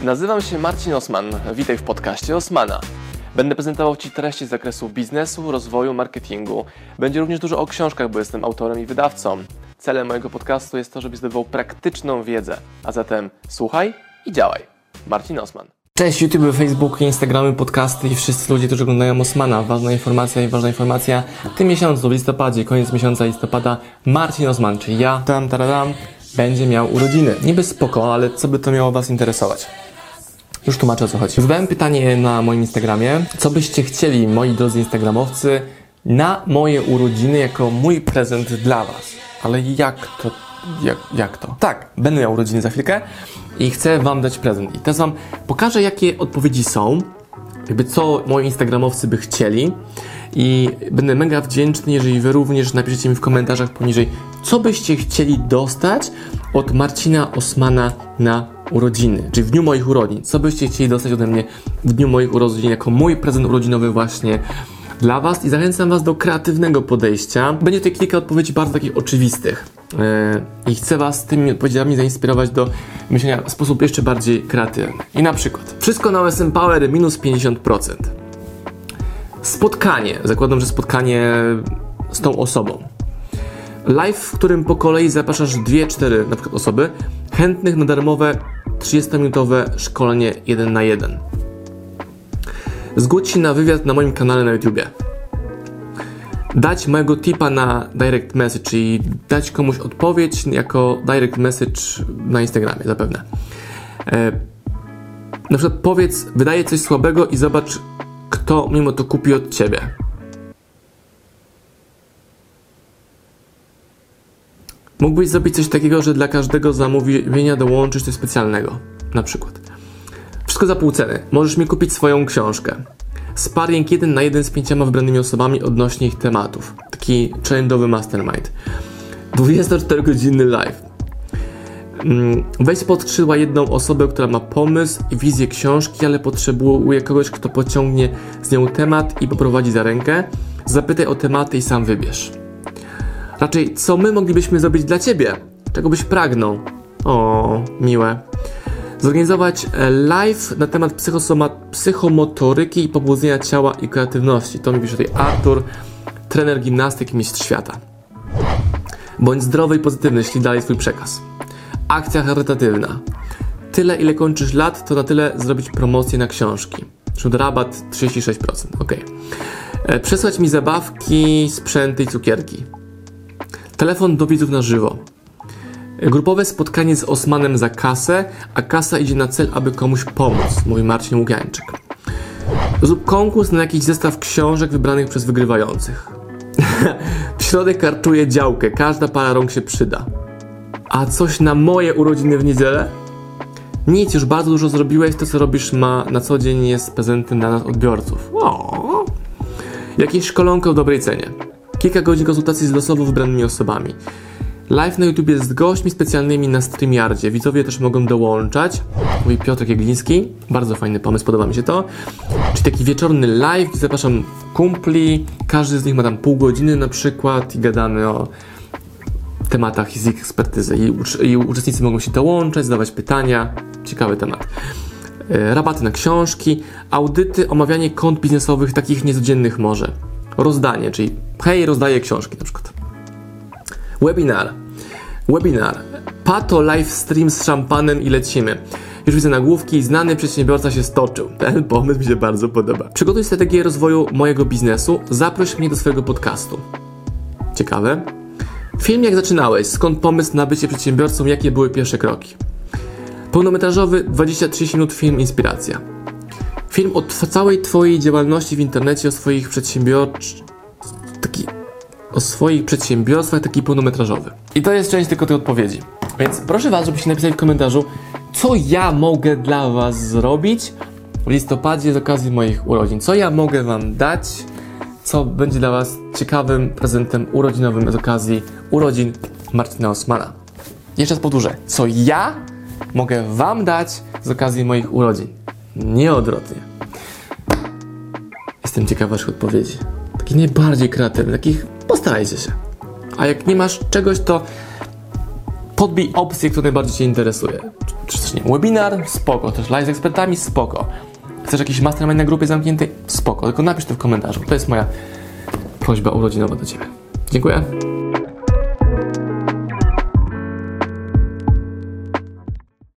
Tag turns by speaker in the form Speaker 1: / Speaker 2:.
Speaker 1: Nazywam się Marcin Osman. Witaj w podcaście Osmana. Będę prezentował Ci treści z zakresu biznesu, rozwoju, marketingu. Będzie również dużo o książkach, bo jestem autorem i wydawcą. Celem mojego podcastu jest to, żebyś zdobywał praktyczną wiedzę. A zatem słuchaj i działaj. Marcin Osman. Cześć YouTube, Facebook, Instagramy, podcasty i wszyscy ludzie, którzy oglądają Osmana. Ważna informacja. W tym miesiącu, w listopadzie, koniec miesiąca listopada, Marcin Osman, czyli ja, będzie miał urodziny. Niby spoko, ale co by to miało Was interesować? Już tłumaczę, o co chodzi. Zadałem pytanie na moim Instagramie, co byście chcieli, moi drodzy instagramowcy, na moje urodziny jako mój prezent dla Was. Ale jak to? Tak, będę miał urodziny za chwilkę i chcę Wam dać prezent. I teraz Wam pokażę, jakie odpowiedzi są, jakby co moi instagramowcy by chcieli. I będę mega wdzięczny, jeżeli Wy również napiszecie mi w komentarzach poniżej, co byście chcieli dostać od Marcina Osmana na urodziny, czyli w dniu moich urodzin. Co byście chcieli dostać ode mnie w dniu moich urodzin, jako mój prezent urodzinowy właśnie dla Was. I zachęcam Was do kreatywnego podejścia. Będzie tutaj kilka odpowiedzi bardzo takich oczywistych. I chcę Was tymi odpowiedziami zainspirować do myślenia w sposób jeszcze bardziej kreatywny. I na przykład, wszystko na OSM Power minus 50%. Spotkanie, zakładam, że spotkanie z tą osobą. Live, w którym po kolei zapraszasz 2-4 na przykład osoby chętnych na darmowe 30-minutowe szkolenie 1 na 1. Zgódź się na wywiad na moim kanale na YouTubie. Dać mojego tipa na direct message, czyli dać komuś odpowiedź jako direct message na Instagramie, zapewne. Na przykład powiedz, wydaje coś słabego i zobacz, kto mimo to kupi od Ciebie. Mógłbyś zrobić coś takiego, że dla każdego zamówienia dołączysz coś specjalnego. Na przykład. Wszystko za pół ceny. Możesz mi kupić swoją książkę. Sparring 1 na 1 z 5 wybranymi osobami odnośnie ich tematów. Taki challenge'owy mastermind. 24-godzinny live. Weź pod skrzydła jedną osobę, która ma pomysł i wizję książki, ale potrzebuje kogoś, kto pociągnie z nią temat i poprowadzi za rękę. Zapytaj o tematy i sam wybierz. Raczej, co my moglibyśmy zrobić dla Ciebie? Czego byś pragnął? O, miłe. Zorganizować live na temat psychomotoryki i pobudzenia ciała i kreatywności. To mi pisze tutaj Artur, trener gimnastyki, mistrz świata. Bądź zdrowy i pozytywny, ślij dalej swój przekaz. Akcja charytatywna. Tyle, ile kończysz lat, to na tyle zrobić promocję na książki. Czyli rabat 36%. Ok. Przesłać mi zabawki, sprzęty i cukierki. Telefon do widzów na żywo. Grupowe spotkanie z Osmanem za kasę, a kasa idzie na cel, aby komuś pomóc, mówi Marcin Łukiańczyk. Zrób konkurs na jakiś zestaw książek wybranych przez wygrywających. W środę karczuję działkę, każda para rąk się przyda. A coś na moje urodziny w niedzielę? Nic, już bardzo dużo zrobiłeś, to co robisz na co dzień jest prezentem dla nas odbiorców. O. Jakieś szkolonko w dobrej cenie. Kilka godzin konsultacji z losowo wybranymi osobami. Live na YouTubie z gośćmi specjalnymi na StreamYardzie. Widzowie też mogą dołączać. Mówi Piotr Jagliński. Bardzo fajny pomysł, podoba mi się to. Czyli taki wieczorny live, gdzie zapraszam kumpli. Każdy z nich ma tam pół godziny na przykład i gadamy o tematach z ich ekspertyzy. I uczestnicy mogą się dołączać, zadawać pytania. Ciekawy temat. Rabaty na książki, audyty, omawianie kont biznesowych, takich niecodziennych może. Rozdanie, czyli hej, rozdaję książki na przykład. Webinar. Pato live stream z szampanem i lecimy. Już widzę nagłówki, znany przedsiębiorca się stoczył. Ten pomysł mi się bardzo podoba. Przygotuj strategię rozwoju mojego biznesu. Zaproś mnie do swojego podcastu. Ciekawe. Film jak zaczynałeś. Skąd pomysł na bycie przedsiębiorcą? Jakie były pierwsze kroki? Pełnometrażowy 20-30 minut film inspiracja. Film o całej Twojej działalności w internecie, o swoich przedsiębiorstwach, taki pełnometrażowy. I to jest część tylko tej odpowiedzi. Więc proszę Was, żebyście napisali w komentarzu, co ja mogę dla Was zrobić w listopadzie z okazji moich urodzin. Co ja mogę Wam dać, co będzie dla Was ciekawym prezentem urodzinowym z okazji urodzin Marcina Osmana. Jeszcze raz powtórzę. Co ja mogę Wam dać z okazji moich urodzin. Nie odwrotnie. Jestem ciekaw Waszych odpowiedzi. Takich najbardziej kreatywnych, takich postarajcie się. A jak nie masz czegoś, to podbij opcję, która najbardziej Cię interesuje. czy też nie, webinar? Spoko. Też live z ekspertami? Spoko. Chcesz jakiś mastermind na grupie zamkniętej? Spoko. Tylko napisz to w komentarzu. To jest moja prośba urodzinowa do Ciebie. Dziękuję.